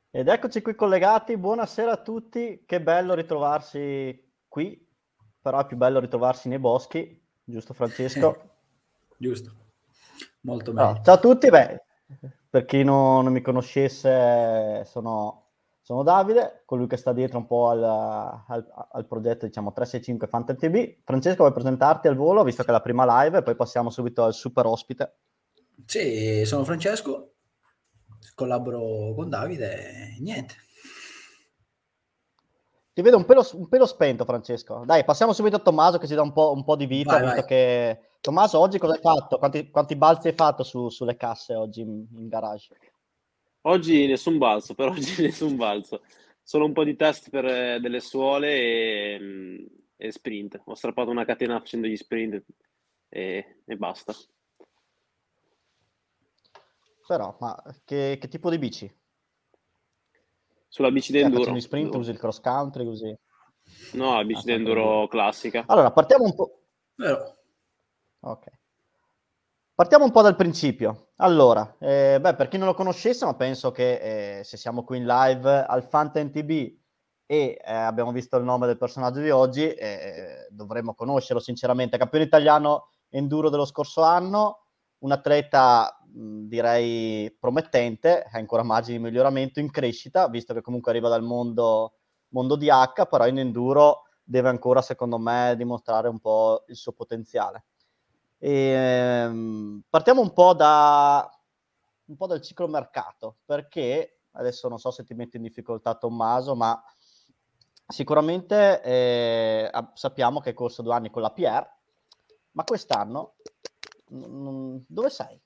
Ed eccoci qui collegati, buonasera a tutti, che bello ritrovarsi qui, però è più bello ritrovarsi nei boschi, giusto Francesco? Giusto, molto Allora, meglio. ciao a tutti, per chi non mi conoscesse sono Davide, colui che sta dietro un po' al progetto diciamo 365 Fantasy TV. Francesco, vuoi presentarti al volo, visto che è la prima live, e poi passiamo subito al super ospite. Sì, sono Francesco, collaboro con Davide e niente. Ti vedo un pelo spento, Francesco. Dai, passiamo subito a Tommaso che ci dà un po' di vita, Vai, vai. visto che... Tommaso, oggi cosa hai fatto? Quanti balzi hai fatto sulle casse oggi in garage? Oggi nessun balzo, per oggi nessun balzo. Solo un po' di test per delle suole e sprint. Ho strappato una catena facendo gli sprint e basta. Però, ma che tipo di bici? Sulla bici Cioè, facendo d'enduro. gli sprint usi il cross country, usi... No, la Ah, bici sempre enduro. d'enduro classica. Allora, partiamo un po'... Però, Ok. Partiamo un po' dal principio. Allora, per chi non lo conoscesse, ma penso che se siamo qui in live al Fantasy TV e abbiamo visto il nome del personaggio di oggi, dovremmo conoscerlo sinceramente. Campione italiano enduro dello scorso anno, un atleta direi promettente, ha ancora margini di miglioramento, in crescita, visto che comunque arriva dal mondo di H, però in enduro deve ancora, secondo me, dimostrare un po' il suo potenziale. Partiamo un po' dal ciclo mercato, perché adesso non so se ti metti in difficoltà Tommaso, ma sicuramente sappiamo che hai corso 2 anni con la PR, ma quest'anno dove sei?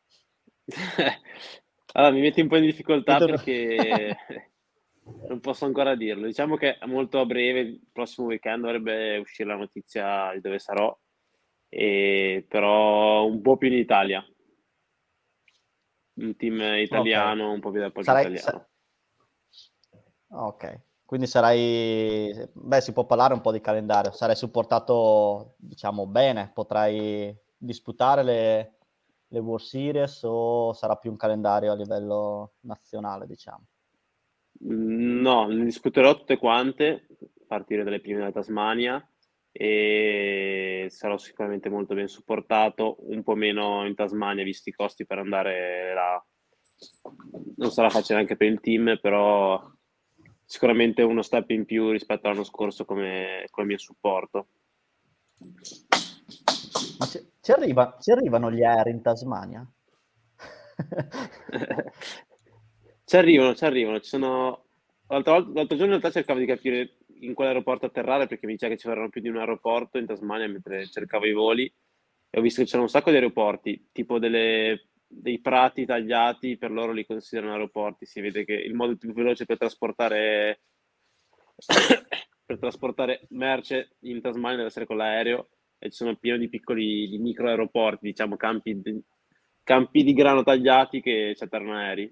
Allora, mi metti un po' in difficoltà Vedo- perché non posso ancora dirlo. Diciamo che molto a breve, il prossimo weekend, dovrebbe uscire la notizia di dove sarò, però un po' più in Italia. Un team Ok, italiano, un po' più di appoggio sarai... italiano. Ok, quindi sarai... Beh, si può parlare un po' di calendario, sarai supportato, diciamo, bene, potrai disputare le World Series o sarà più un calendario a livello nazionale, diciamo? No, ne discuterò tutte quante, a partire dalle prime della Tasmania, e sarò sicuramente molto ben supportato, un po' meno in Tasmania, visti i costi per andare là. Non sarà facile anche per il team, però sicuramente uno step in più rispetto all'anno scorso come mio supporto. Ma ci arrivano gli aerei in Tasmania? Ci arrivano, ci sono... L'altro giorno in realtà cercavo di capire in quale aeroporto atterrare perché mi diceva che ci saranno più di un aeroporto in Tasmania mentre cercavo i voli e ho visto che c'erano un sacco di aeroporti, tipo dei prati tagliati, per loro li considerano aeroporti. Si vede che il modo più veloce per trasportare, per trasportare merce in Tasmania deve essere con l'aereo e ci sono pieno di piccoli, di micro aeroporti, diciamo campi di grano tagliati che ci atterrano aerei.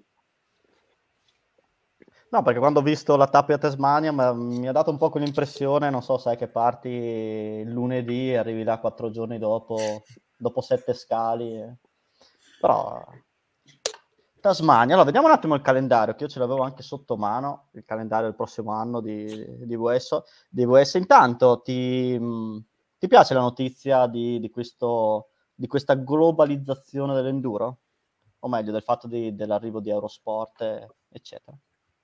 No, perché quando ho visto la tappa a Tasmania mi ha dato un po' quell'impressione, non so, sai che parti il lunedì e arrivi là 4 giorni dopo 7 scali. Però Tasmania, allora vediamo un attimo il calendario, che io ce l'avevo anche sotto mano, il calendario del prossimo anno di VS. Di VS. Intanto ti piace la notizia di questa globalizzazione dell'enduro? O meglio, del fatto dell'arrivo di Eurosport, eccetera.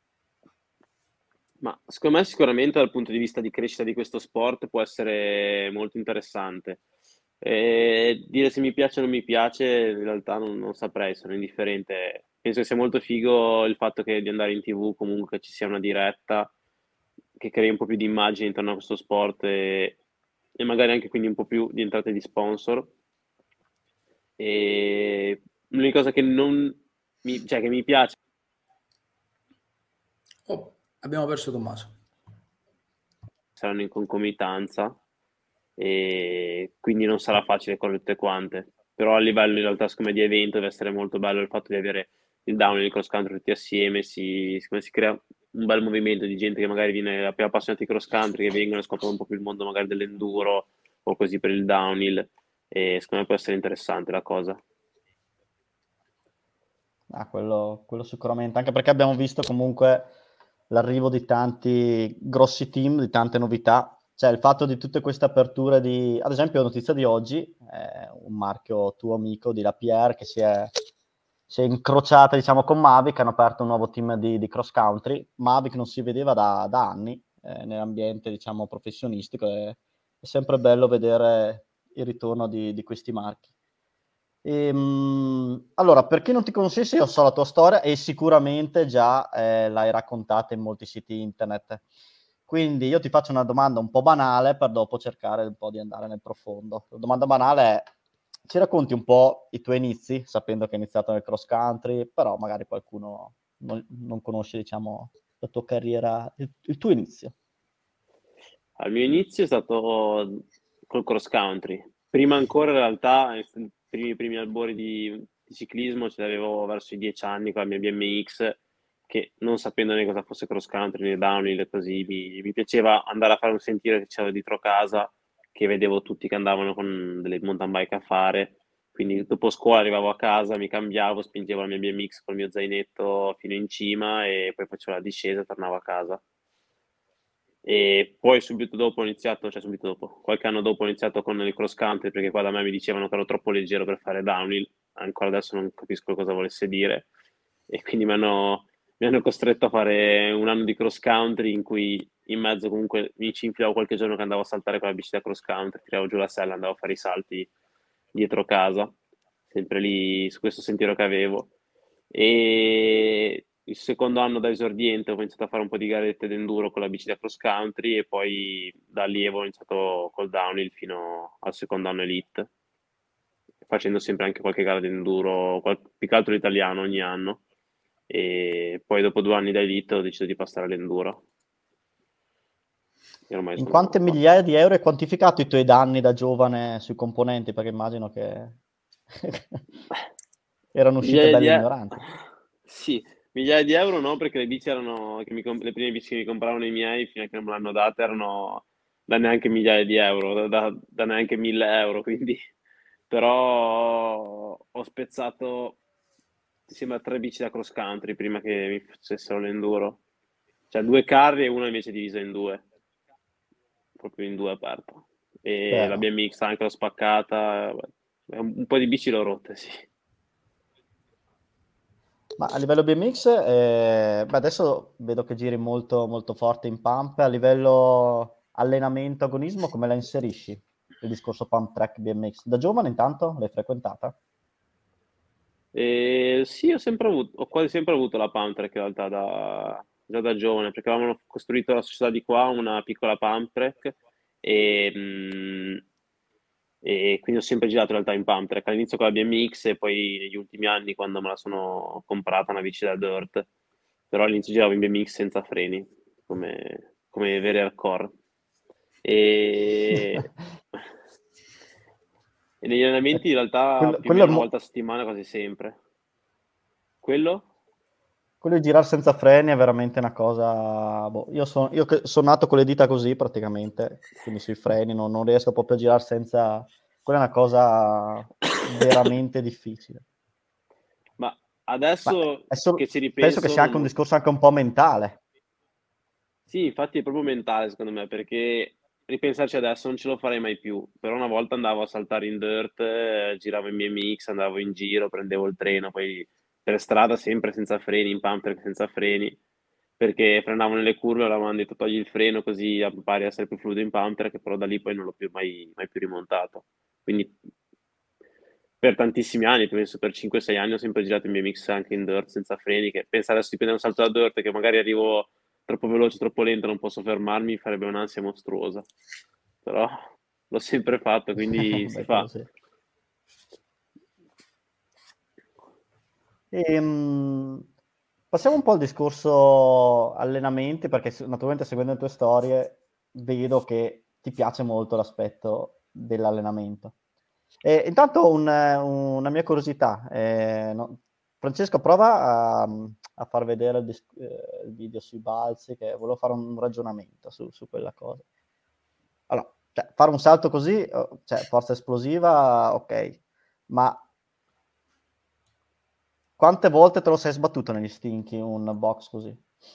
Ma secondo me sicuramente dal punto di vista di crescita di questo sport può essere molto interessante. Dire se mi piace o non mi piace, in realtà non saprei, sono indifferente. Penso che sia molto figo il fatto che di andare in TV comunque ci sia una diretta che crei un po' più di immagine intorno a questo sport e magari anche quindi un po' più di entrate di sponsor. E l'unica cosa che non cioè che mi piace oh, abbiamo perso Tommaso. saranno in concomitanza e quindi non sarà facile con tutte quante. Però a livello in realtà come di evento deve essere molto bello il fatto di avere il downhill e il cross country tutti assieme, siccome si crea un bel movimento di gente che magari viene più appassionati di cross country, che vengono e scoprono un po' più il mondo magari dell'enduro o così per il downhill e secondo me può essere interessante la cosa. Quello sicuramente, anche perché abbiamo visto comunque l'arrivo di tanti grossi team, di tante novità. Cioè il fatto di tutte queste aperture di, ad esempio, la notizia di oggi, un marchio tuo amico di Lapierre che si è incrociata, diciamo, con Mavic, hanno aperto un nuovo team di cross country. Mavic non si vedeva da anni nell'ambiente, diciamo, professionistico. È sempre bello vedere il ritorno di questi marchi. Allora, per chi non ti conoscesse, io so la tua storia e sicuramente già l'hai raccontata in molti siti internet. Quindi io ti faccio una domanda un po' banale per dopo cercare un po' di andare nel profondo. La domanda banale è: ci racconti un po' i tuoi inizi, sapendo che hai iniziato nel cross country, però magari qualcuno non conosce, diciamo, la tua carriera, il tuo inizio. Al mio inizio è stato col cross country. Prima ancora, in realtà, i primi albori di ciclismo ce l'avevo verso i 10 anni con la mia BMX, che non sapendo né cosa fosse cross country né downhill e così, mi piaceva andare a fare un sentiero che c'era dietro casa, che vedevo tutti che andavano con delle mountain bike a fare. Quindi dopo scuola arrivavo a casa, mi cambiavo, spingevo la mia BMX col mio zainetto fino in cima e poi facevo la discesa e tornavo a casa. E poi subito dopo ho iniziato, cioè subito dopo, qualche anno dopo ho iniziato con il cross country perché qua da me mi dicevano che ero troppo leggero per fare downhill, ancora adesso non capisco cosa volesse dire e quindi mi hanno costretto a fare un anno di cross country in cui in mezzo comunque mi ci infilavo qualche giorno che andavo a saltare con la bici da cross country, tiravo giù la sella, andavo a fare i salti dietro casa, sempre lì su questo sentiero che avevo. E il secondo anno da esordiente ho iniziato a fare un po' di garette d'enduro con la bici da cross country e poi da allievo ho iniziato col downhill fino al secondo anno elite, facendo sempre anche qualche gara d'enduro, più che altro l'italiano ogni anno. E poi dopo 2 anni da elite ho deciso di passare all'enduro. E ormai In sono quante migliaia di euro hai quantificato i tuoi danni da giovane sui componenti? Perché immagino che erano uscite migliaia di belle euro. ignoranti. Sì, migliaia di euro no, perché le bici erano, le prime bici che mi compravano i miei, fino a che non me l'hanno data, erano da neanche migliaia di euro, da neanche 1.000 euro, quindi però ho spezzato, mi sembra 3 bici da cross country prima che mi facessero l'enduro. Cioè 2 carri e una invece divisa in due, proprio in due aperta. E la Però. BMX anche l'ho spaccata, un po' di bici l'ho rotte, sì. Ma a livello BMX, beh, adesso vedo che giri molto, molto forte in pump. A livello allenamento, agonismo, come la inserisci? Il discorso pump track BMX. Da giovane intanto l'hai frequentata? Sì, ho quasi sempre avuto la pump track in realtà già da giovane, perché avevamo costruito la società di qua una piccola pump track e, e quindi ho sempre girato in realtà in pump track, all'inizio con la BMX e poi negli ultimi anni quando me la sono comprata una bici da dirt, però all'inizio giravo in BMX senza freni, come veri hardcore. E... e negli allenamenti in realtà più o Quello meno è una volta a settimana quasi sempre. Quello? quello di girare senza freni è veramente una cosa. Boh, io che sono nato con le dita così praticamente, quindi sui freni non riesco proprio a girare senza. Quella è una cosa veramente difficile. Ma Ma adesso è che ci penso che ripenso, sia anche un discorso anche un po' mentale. sì, infatti è proprio mentale secondo me, perché ripensarci adesso non ce lo farei mai più. Però una volta andavo a saltare in dirt, giravo in BMX, andavo in giro, prendevo il treno, poi per strada sempre senza freni, in pumper senza freni, perché frenavo nelle curve, allora mi hanno detto togli il freno così impari a essere più fluido in pumper, che però da lì poi non l'ho più mai più rimontato. Quindi per tantissimi anni, penso per 5-6 anni, ho sempre girato in BMX anche in dirt senza freni, che pensa adesso di prendere un salto da dirt che magari arrivo troppo veloce, troppo lento, non posso fermarmi, farebbe un'ansia mostruosa. Però l'ho sempre fatto, quindi si Beh, quello fa. sì. Passiamo un po' al discorso allenamenti, perché naturalmente seguendo le tue storie vedo che ti piace molto l'aspetto dell'allenamento. Intanto una mia curiosità, Francesco, prova a far vedere il video sui balzi, che volevo fare un ragionamento su quella cosa. Allora, cioè, fare un salto così, cioè forza esplosiva, ok, ma Quante volte te lo sei sbattuto negli stinchi un box così?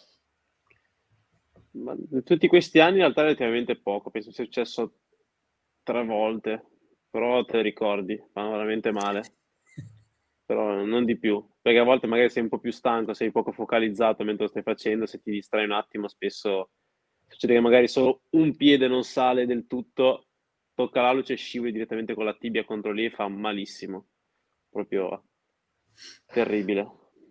Ma in tutti questi anni in realtà relativamente poco, penso sia successo 3 volte, però te le ricordi, fanno veramente male, però non di più, perché a volte magari sei un po' più stanco, sei poco focalizzato mentre lo stai facendo, se ti distrai un attimo spesso succede che magari solo un piede non sale del tutto, tocca la luce e scivoli direttamente con la tibia contro lì e fa malissimo, proprio terribile.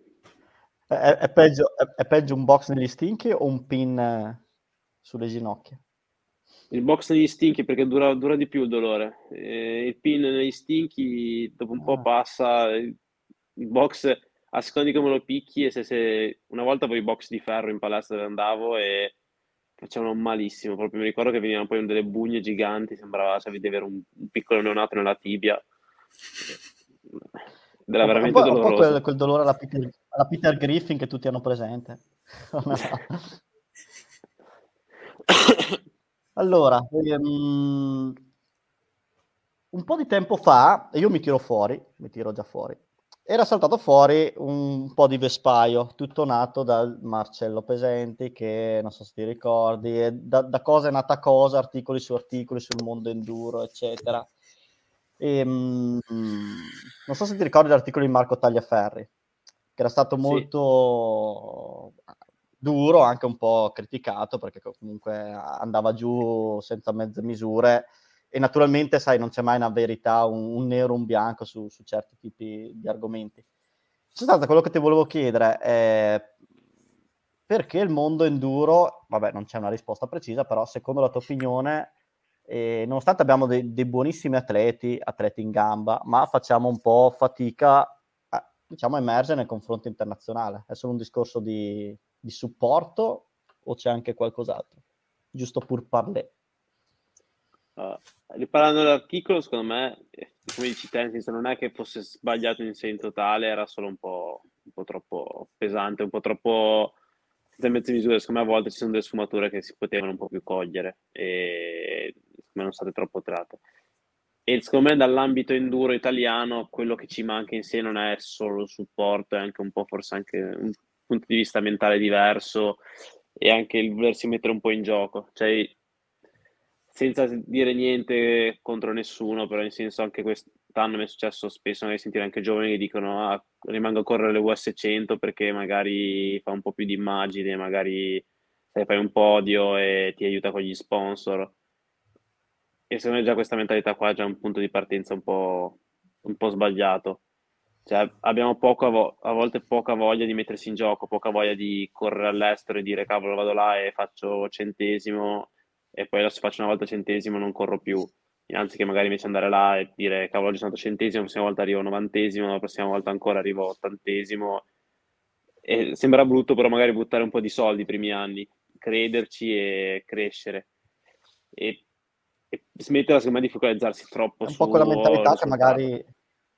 È peggio un box negli stinchi o un pin sulle ginocchia? Il box negli stinchi perché dura di più il dolore. Il pin negli stinchi dopo un po' Ah. passa. Il box a seconda di come lo picchi. E se una volta avevo i box di ferro in palestra dove andavo e facevano malissimo. Proprio mi ricordo che venivano poi delle bugne giganti. Sembrava cioè, di avere un piccolo neonato nella tibia. Ed era veramente Un po' doloroso. quel dolore alla Peter Griffin che tutti hanno presente. No. Allora, un po' di tempo fa, e io mi tiro già fuori, era saltato fuori un po' di vespaio, tutto nato da Marcello Pesenti, che non so se ti ricordi, e da cosa è nata cosa, articoli su articoli sul mondo enduro, eccetera. Non so se ti ricordi l'articolo di Marco Tagliaferri, che era stato Sì. molto duro, anche un po' criticato, perché comunque andava giù senza mezze misure, e naturalmente, sai, non c'è mai una verità, un nero, un bianco su certi tipi di argomenti. Sostanza, quello che ti volevo chiedere è perché il mondo enduro, vabbè, non c'è una risposta precisa, però secondo la tua opinione, nonostante abbiamo dei buonissimi atleti in gamba, ma facciamo un po' fatica a, diciamo, emergere nel confronto internazionale. È solo un discorso di supporto o c'è anche qualcos'altro? Giusto pur parler. Riparando dall'articolo, secondo me, come dici te, nel senso, non è che fosse sbagliato in senso totale, era solo un po' troppo pesante, un po' troppo senza mezze misure. Secondo me a volte ci sono delle sfumature che si potevano un po' più cogliere e secondo me non state troppo tratte. E secondo me dall'ambito enduro italiano quello che ci manca in sé non è solo il supporto, è anche un po' forse anche un punto di vista mentale diverso e anche il volersi mettere un po' in gioco. Cioè, senza dire niente contro nessuno, però in senso anche quest'anno mi è successo spesso magari sentire anche giovani che dicono rimango a correre le US 100 perché magari fa un po' più di immagine, magari sai, fai un podio e ti aiuta con gli sponsor. E secondo me già questa mentalità qua è già un punto di partenza un po' sbagliato. Cioè, abbiamo a volte poca voglia di mettersi in gioco, poca voglia di correre all'estero e dire cavolo, vado là e faccio centesimo e poi adesso faccio una volta centesimo non corro più. Anziché magari invece andare là e dire cavolo, oggi sono andato centesimo, la prossima volta arrivo novantesimo, la prossima volta ancora arrivo ottantesimo. E sembra brutto, però magari buttare un po' di soldi i primi anni, crederci e crescere. E, e smetterla, secondo me, di focalizzarsi troppo È un po' quella sul mentalità che risultato. magari...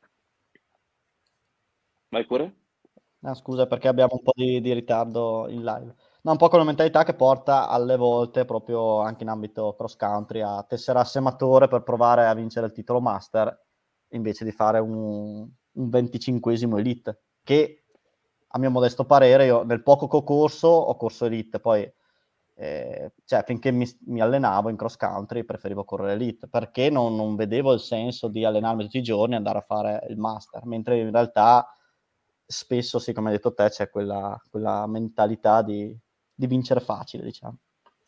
Vai pure? Scusa, perché abbiamo un po' di ritardo in live. No, un po' quella mentalità che porta alle volte, proprio anche in ambito cross country, a tesserarsi amatore per provare a vincere il titolo master, invece di fare un 25esimo elite, che a mio modesto parere, io nel poco che ho corso elite, poi cioè, finché mi allenavo in cross country preferivo correre elite, perché non vedevo il senso di allenarmi tutti i giorni e andare a fare il master, mentre in realtà spesso, sì, come hai detto te, c'è quella mentalità di vincere facile, diciamo.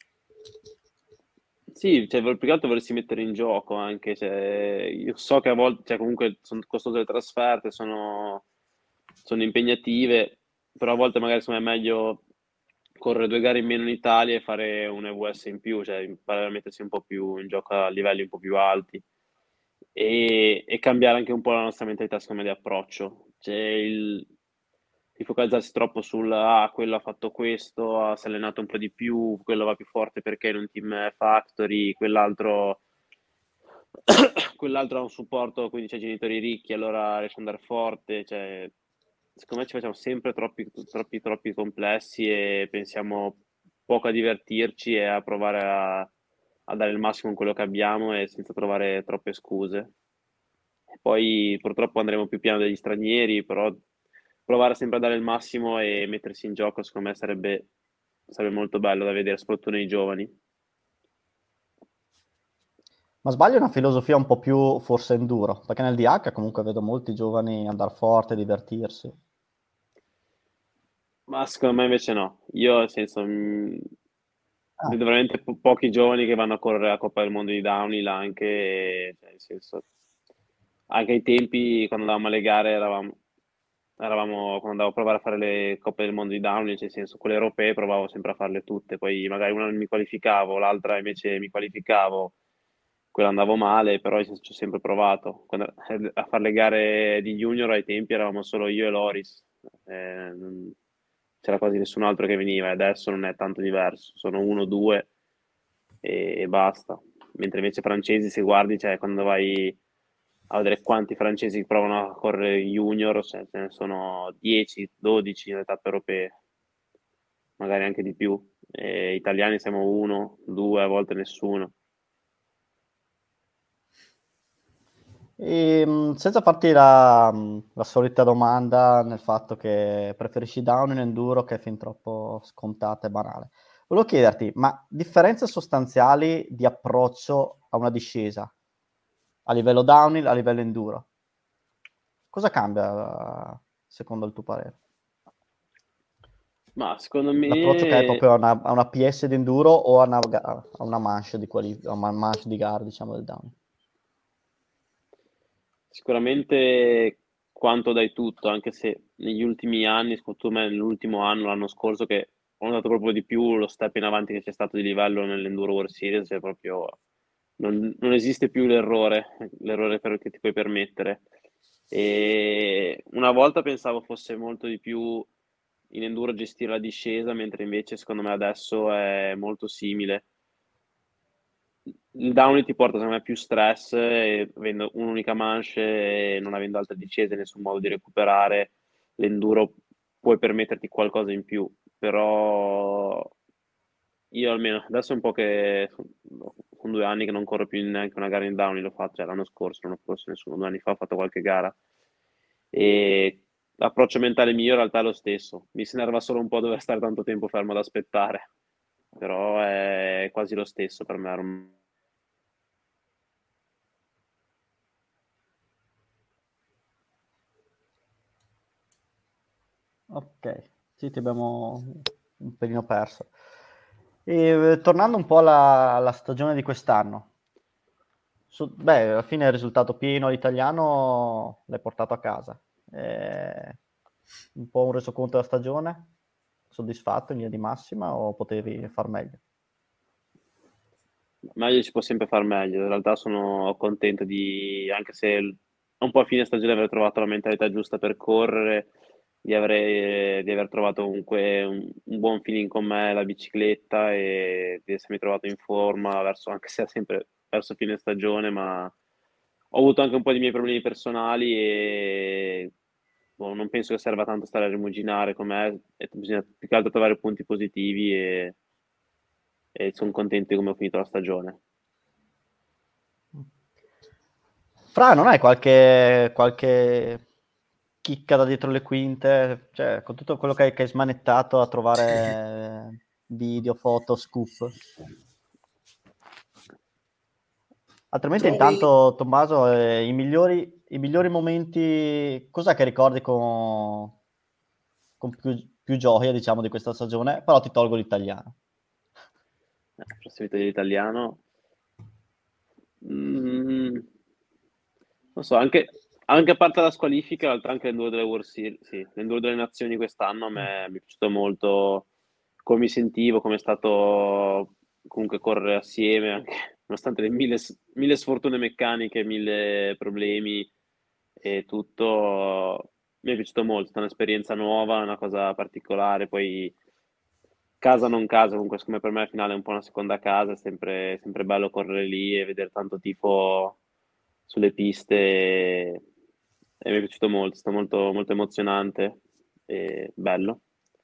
Sì, cioè, più che altro volersi mettere in gioco anche, cioè, io so che a volte, cioè, comunque sono costose le trasferte, sono impegnative, però a volte magari secondo me è meglio correre 2 gare in meno in Italia e fare un EWS in più, cioè imparare a mettersi un po' più in gioco a livelli un po' più alti e cambiare anche un po' la nostra mentalità, secondo me, di approccio. Cioè, di focalizzarsi troppo sul quello ha fatto questo, si è allenato un po' di più, quello va più forte perché è in un team factory, quell'altro ha un supporto, quindi c'è genitori ricchi, allora riesce ad andare forte. Cioè, secondo me ci facciamo sempre troppi complessi e pensiamo poco a divertirci e a provare a dare il massimo in quello che abbiamo e senza trovare troppe scuse. Poi purtroppo andremo più piano degli stranieri, però provare sempre a dare il massimo e mettersi in gioco, secondo me sarebbe molto bello da vedere, soprattutto nei giovani. Ma sbaglio, è una filosofia un po' più forse enduro, perché nel DH comunque vedo molti giovani andare forte, divertirsi. Ma secondo me invece no. Io, nel senso, Ah, vedo veramente pochi giovani che vanno a correre la Coppa del Mondo di Downhill anche, cioè, nel senso, anche ai tempi quando andavamo alle gare quando andavo a provare a fare le Coppe del Mondo di Downhill, cioè, nel senso, quelle europee provavo sempre a farle tutte, poi magari una non mi qualificavo, l'altra invece mi qualificavo, quella andavo male, però ci ho sempre provato. A fare le gare di junior ai tempi eravamo solo io e Loris, non c'era quasi nessun altro che veniva, e adesso non è tanto diverso, sono uno o due e basta. Mentre invece francesi, se guardi, cioè, quando vai a vedere quanti francesi provano a correre junior, cioè, ce ne sono 10, 12 nelle tappe europee, magari anche di più. E italiani siamo uno, due, a volte nessuno. senza farti la solita domanda nel fatto che preferisci down in enduro, che è fin troppo scontata e banale. Volevo chiederti, ma differenze sostanziali di approccio a una discesa a livello downhill, a livello enduro? Cosa cambia secondo il tuo parere? Ma secondo L'approccio che hai me proprio a una PS di enduro o a una manche di a una manche di gara, diciamo, del downhill? sicuramente quanto dai tutto, anche se negli ultimi anni, secondo me nell'ultimo anno, l'anno scorso, che ho notato proprio di più lo step in avanti che c'è stato di livello nell'Enduro World Series, è proprio non esiste più l'errore che ti puoi permettere. E una volta pensavo fosse molto di più in enduro gestire la discesa, mentre invece secondo me adesso è molto simile. Il downhill ti porta secondo me più stress, e avendo un'unica manche e non avendo altre discese, nessun modo di recuperare, l'enduro puoi permetterti qualcosa in più, però io almeno adesso è un po' che sono 2 anni che non corro più neanche una gara in downhill, l'ho fatto, cioè l'anno scorso non ho corso nessuno, 2 anni fa ho fatto qualche gara e l'approccio mentale mio in realtà è lo stesso, mi si nerva solo un po' dover stare tanto tempo fermo ad aspettare, però è quasi lo stesso per me ormai. Ok, sì, ti abbiamo un pelino perso. E, tornando un po' alla stagione di quest'anno, beh, alla fine il risultato pieno l'italiano l'hai portato a casa. Un po' un resoconto della stagione? Soddisfatto in linea di massima o potevi far meglio? Meglio si può sempre far meglio. In realtà sono contento anche se un po' a fine stagione aver trovato la mentalità giusta per correre, di aver trovato comunque un buon feeling con me, la bicicletta e di essermi trovato in forma anche se sempre verso fine stagione, ma ho avuto anche un po' di miei problemi personali e boh, non penso che serva tanto stare a rimuginare con me, bisogna più che altro trovare punti positivi e sono contento di come ho finito la stagione. Fra, non hai qualche chicca da dietro le quinte? Cioè, con tutto quello che hai smanettato a trovare video, foto, scoop? Altrimenti Trovi, intanto, Tommaso, i migliori momenti, cos'è che ricordi con più gioia, diciamo, di questa stagione? Però ti tolgo l'italiano. Prossimo dell'italiano. Non so, anche a parte la squalifica, in realtà anche l'enduro delle World Series, sì, l'enduro delle nazioni quest'anno a me mi è piaciuto molto come mi sentivo, come è stato comunque correre assieme, anche, nonostante le mille sfortune meccaniche, mille problemi e tutto, mi è piaciuto molto, è stata un'esperienza nuova, una cosa particolare, poi casa non casa, comunque secondo me per me la finale è un po' una seconda casa, è sempre bello correre lì e vedere tanto tifo sulle piste e mi è piaciuto molto, è stato molto, molto emozionante e bello.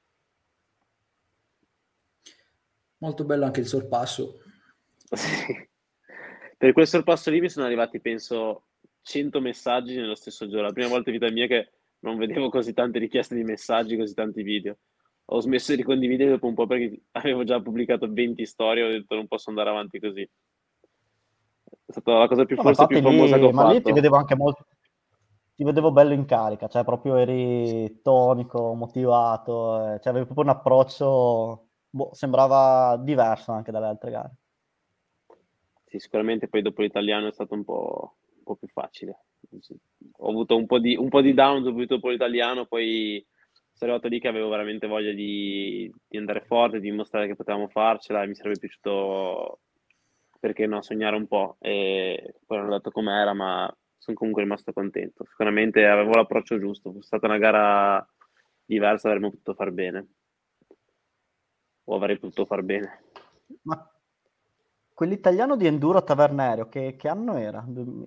molto bello anche il sorpasso. Sì. Per quel sorpasso lì mi sono arrivati, penso, 100 messaggi nello stesso giorno. La prima volta in vita mia che non vedevo così tante richieste di messaggi, così tanti video. Ho smesso di condividere dopo un po' perché avevo già pubblicato 20 storie, ho detto non posso andare avanti così. È stata la cosa più, No, ma forse più infatti famosa che ho ma lì ti fatto. vedevo anche molto, ti vedevo bello in carica, cioè proprio eri tonico, motivato, cioè avevi proprio un approccio, boh, sembrava diverso anche dalle altre gare. Sì, sicuramente poi dopo l'italiano è stato un po' più facile. Ho avuto un po' di down dopo l'italiano, poi sono arrivato lì che avevo veramente voglia di andare forte, di dimostrare che potevamo farcela e mi sarebbe piaciuto, perché no, sognare un po'. E poi non ho dato com'era, ma sono comunque rimasto contento. Sicuramente avevo l'approccio giusto, fosse stata una gara diversa avremmo potuto far bene, o avrei potuto far bene. Ma quell'italiano di Enduro a Tavernerio, che anno era?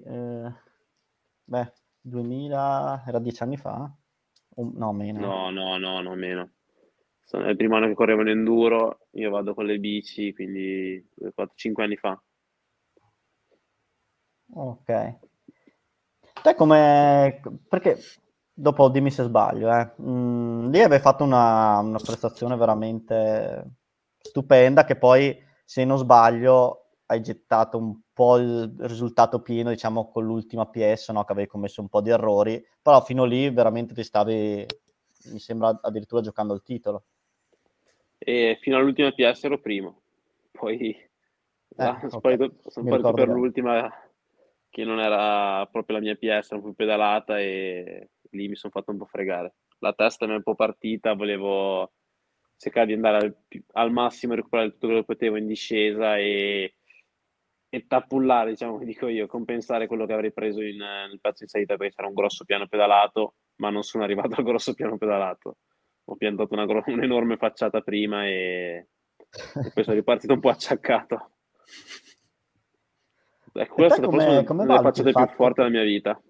Beh, 2000, era 10 anni fa? No, meno. No, meno. È il primo anno che correvo in enduro, io vado con le bici, quindi 4-5 anni fa. Ok. Te come... Perché, dopo dimmi se sbaglio, lì avevi fatto una prestazione veramente stupenda che poi, se non sbaglio, hai gettato un po' il risultato pieno, diciamo, con l'ultima PS, no? Che avevi commesso un po' di errori, però fino lì veramente ti stavi, mi sembra, addirittura giocando il titolo. E fino all'ultima PS ero primo. Poi Ok, sono mi partito ricordo per bene. l'ultima, che non era proprio la mia PS, non fu pedalata e lì mi sono fatto un po' fregare. La testa mi è un po' partita, volevo cercare di andare al massimo, recuperare tutto quello che potevo in discesa e tappullare, diciamo, come dico io, compensare quello che avrei preso nel pezzo in salita, perché c'era un grosso piano pedalato, ma non sono arrivato al grosso piano pedalato. Ho piantato un'enorme facciata prima e poi sono ripartito un po' acciaccato. Ecco, E quella è te stata forse una come delle valuti il facciate più fatto forti che... della mia vita.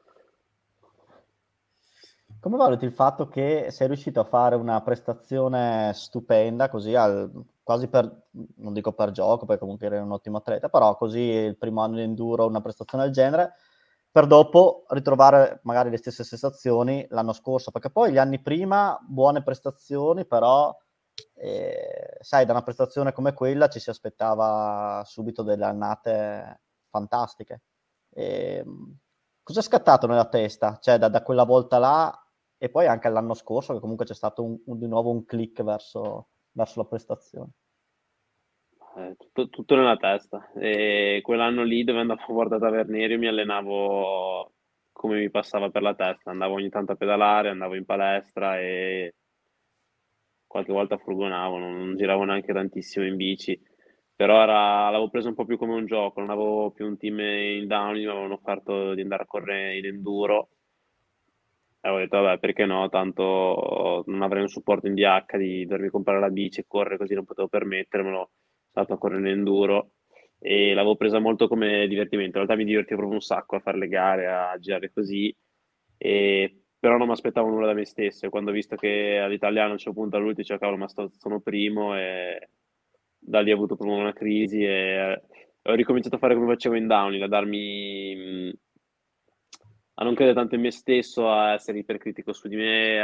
Come valuti il fatto che sei riuscito a fare una prestazione stupenda, così quasi per, non dico per gioco, perché comunque eri un ottimo atleta, però così il primo anno di enduro, una prestazione del genere, per dopo ritrovare magari le stesse sensazioni l'anno scorso, perché poi gli anni prima buone prestazioni, però sai, da una prestazione come quella ci si aspettava subito delle annate fantastiche. E, cosa è scattato nella testa? Cioè, da quella volta là e poi anche l'anno scorso, che comunque c'è stato di nuovo un click verso la prestazione. Tutto nella testa. E quell'anno lì dove andavo a Guarda Tavernieri mi allenavo come mi passava per la testa. Andavo ogni tanto a pedalare, andavo in palestra e qualche volta furgonavo, non giravo neanche tantissimo in bici. Però l'avevo preso un po' più come un gioco, non avevo più un team in downhill, mi avevano offerto di andare a correre in enduro. E ho detto, vabbè, perché no? Tanto non avrei un supporto in DH di dovermi comprare la bici e correre così, non potevo permettermelo. Sono andato a correre in enduro e l'avevo presa molto come divertimento. In realtà mi divertivo proprio un sacco a fare le gare, a girare così, però non mi aspettavo nulla da me stesso. E quando ho visto che all'italiano c'è un punto all'ultimo, dicevo, cavolo, ma sono primo e da lì ho avuto proprio una crisi e ho ricominciato a fare come facevo in downhill, a darmi, a non credere tanto in me stesso, a essere ipercritico su di me,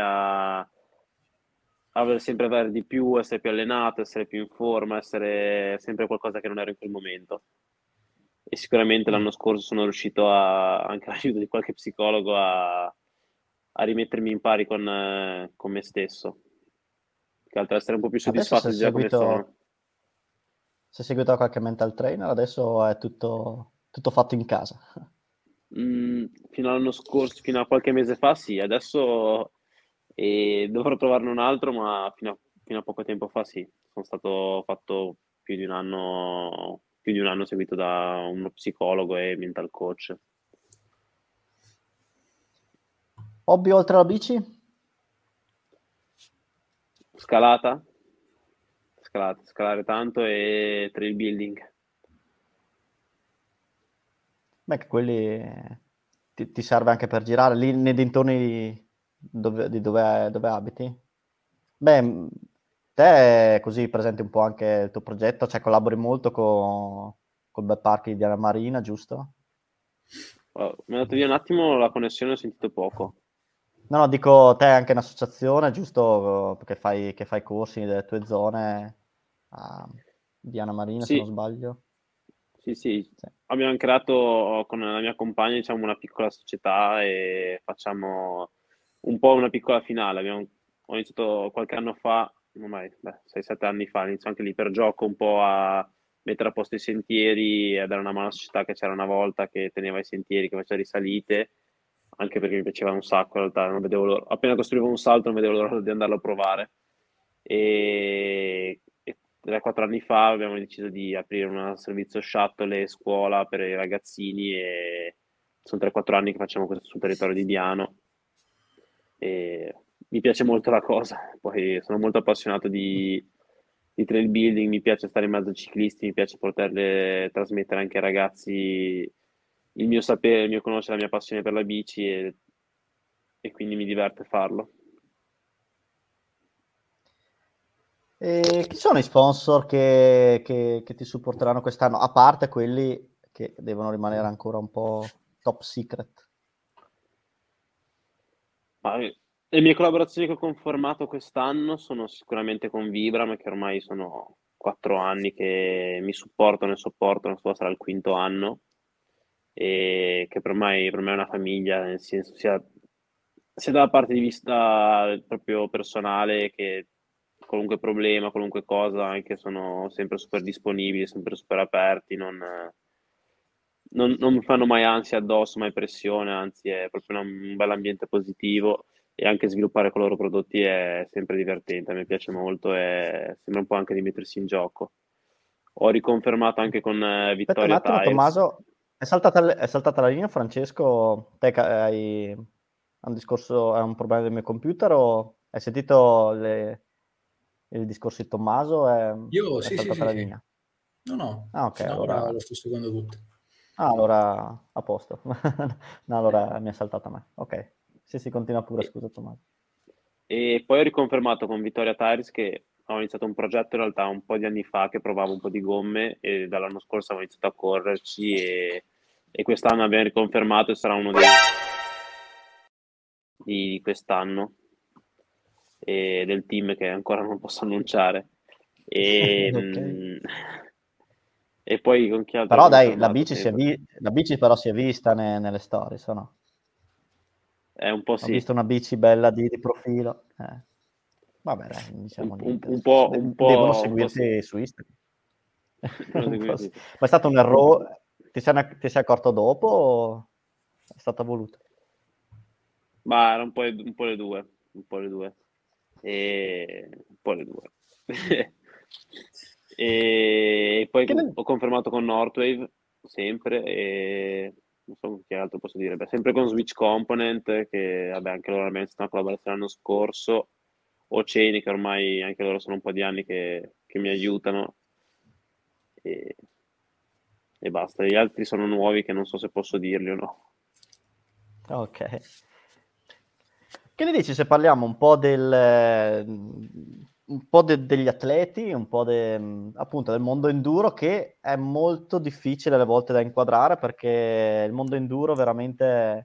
a voler sempre avere di più, essere più allenato, essere più in forma, essere sempre qualcosa che non ero in quel momento. E sicuramente Mm. l'anno scorso sono riuscito anche all'aiuto di qualche psicologo, a rimettermi in pari con me stesso, che altro essere un po' più Adesso soddisfatto di già come sono. se seguito da qualche mental trainer, adesso è tutto fatto in casa. Fino all'anno scorso, fino a qualche mese fa, sì, adesso dovrò trovarne un altro, ma fino a poco tempo fa, sì. Sono stato fatto più di un anno seguito da uno psicologo e mental coach. Hobby oltre alla bici? Scalata, scalare tanto e trail building. Beh, che quelli ti serve anche per girare lì nei dintorni dove abiti? Beh, te così presenti un po' anche il tuo progetto, cioè collabori molto col Bel Park di Diana Marina, giusto? Oh, mi è andato via un attimo la connessione, ho sentito poco. No, dico, te anche in associazione, giusto? Perché che fai corsi nelle tue zone a Diana Marina, se non Sì, sbaglio. sì, sì. Sì. Abbiamo creato con la mia compagna, diciamo, una piccola società e facciamo un po' una piccola finale. Ho iniziato qualche anno fa, ormai 6-7 anni fa, inizio anche lì per gioco un po' a mettere a posto i sentieri e a dare una mano alla società che c'era una volta che teneva i sentieri, che faceva risalite, anche perché mi piaceva un sacco in realtà, non vedevo l'ora. Appena costruivo un salto non vedevo l'ora di andarlo a provare. E 3-4 anni fa abbiamo deciso di aprire un servizio shuttle e scuola per i ragazzini e sono 3-4 anni che facciamo questo sul territorio di Diano e mi piace molto la cosa. Poi sono molto appassionato di trail building, mi piace stare in mezzo ai ciclisti, mi piace poterle trasmettere anche ai ragazzi il mio sapere, il mio conoscere, la mia passione per la bici e quindi mi diverte farlo. E chi sono i sponsor che ti supporteranno quest'anno, a parte quelli che devono rimanere ancora un po' top secret? Ma le mie collaborazioni che ho confermato quest'anno sono sicuramente con Vibram, che ormai sono 4 anni che mi supportano e sopportano, sto sarà il quinto anno, e che per me è una famiglia, nel senso sia dalla parte di vista proprio personale che qualunque problema, qualunque cosa, anche sono sempre super disponibili, sempre super aperti, non mi fanno mai ansia addosso, mai pressione, anzi è proprio un bel ambiente positivo e anche sviluppare con i loro prodotti è sempre divertente, a me piace molto e sembra un po' anche di mettersi in gioco. Ho riconfermato anche con Aspetta un Vittoria attimo, Tires. Tommaso, è saltata la linea, Francesco, te hai un problema del mio computer o hai sentito il discorso di Tommaso e Io è sì, sì, saltata sì, la sì. linea? No, no, Ah, ok, fino ad ora allora, lo sto seguendo tutto. a posto. No, allora mi è saltata a me. Ok, sì, sì, continua pure, E, scusa Tommaso. e poi ho riconfermato con Vittoria Tires che ho iniziato un progetto in realtà un po' di anni fa che provavo un po' di gomme e dall'anno scorso ho iniziato a correrci e quest'anno abbiamo riconfermato e sarà uno di quest'anno e del team che ancora non posso annunciare. E, Ok. e poi con chi altro ho Però dai, confermato sempre? la bici però si è vista nelle stories, o no? È un po' Ho sì, visto una bici bella di profilo. Vabbè, dai, non diciamo niente. un Adesso po', devono un po' sì. seguirti su Instagram. Devo Un po' seguirmi, sì. sì. Ma è stato un errore? Ti sei accorto dopo o è stata voluta? Ma era un po' le due, un po' le due. Un po' le due. E poi Che ne- ho confermato con Northwave, sempre, e non so che altro posso dire. Beh, sempre con Switch Component, che vabbè, anche loro abbiamo iniziato una collaborazione l'anno scorso, Oceani, che ormai anche loro sono un po' di anni che mi aiutano, e, e basta. Gli altri sono nuovi che non so se posso dirli o no. Ok. Che ne dici se parliamo un po' degli atleti, un po' appunto del mondo enduro, che è molto difficile alle volte da inquadrare perché il mondo enduro veramente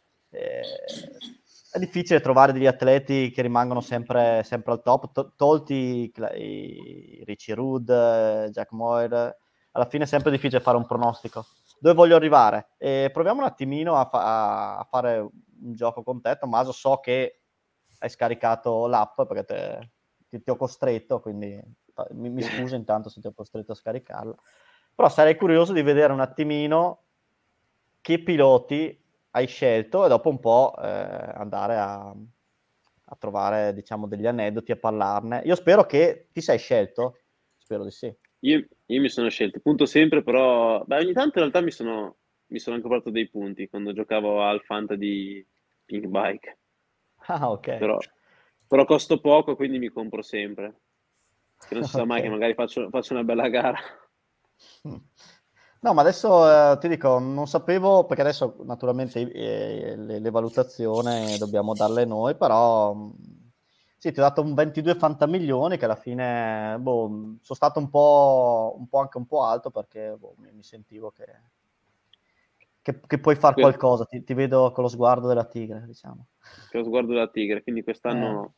è difficile trovare degli atleti che rimangono sempre, sempre al top, tolti i Richie Rudd, Jack Moir, alla fine è sempre difficile fare un pronostico. Dove voglio arrivare? Proviamo un attimino a fare un gioco con te, Tommaso. So che hai scaricato l'app perché ti ho costretto, quindi mi scuso intanto se ti ho costretto a scaricarla. Però sarei curioso di vedere un attimino che piloti hai scelto e dopo un po' andare a trovare, diciamo, degli aneddoti, a parlarne. Io spero che ti sei scelto, spero di sì. Io mi sono scelto, punto sempre, però beh, ogni tanto in realtà mi sono anche portato dei punti quando giocavo al Fanta di Pink Bike, Ah, ok. però, però costo poco, quindi mi compro sempre, che non si sa mai che Ok. magari faccio una bella gara. No, ma adesso ti dico, non sapevo, perché adesso naturalmente le valutazioni dobbiamo darle noi, però sì, ti ho dato un 22 fantamilioni che alla fine sono stato un po' anche un po' alto perché mi sentivo che che puoi fare Quel- qualcosa, ti vedo con lo sguardo della tigre, diciamo. che ho sguardo da tigre, quindi quest'anno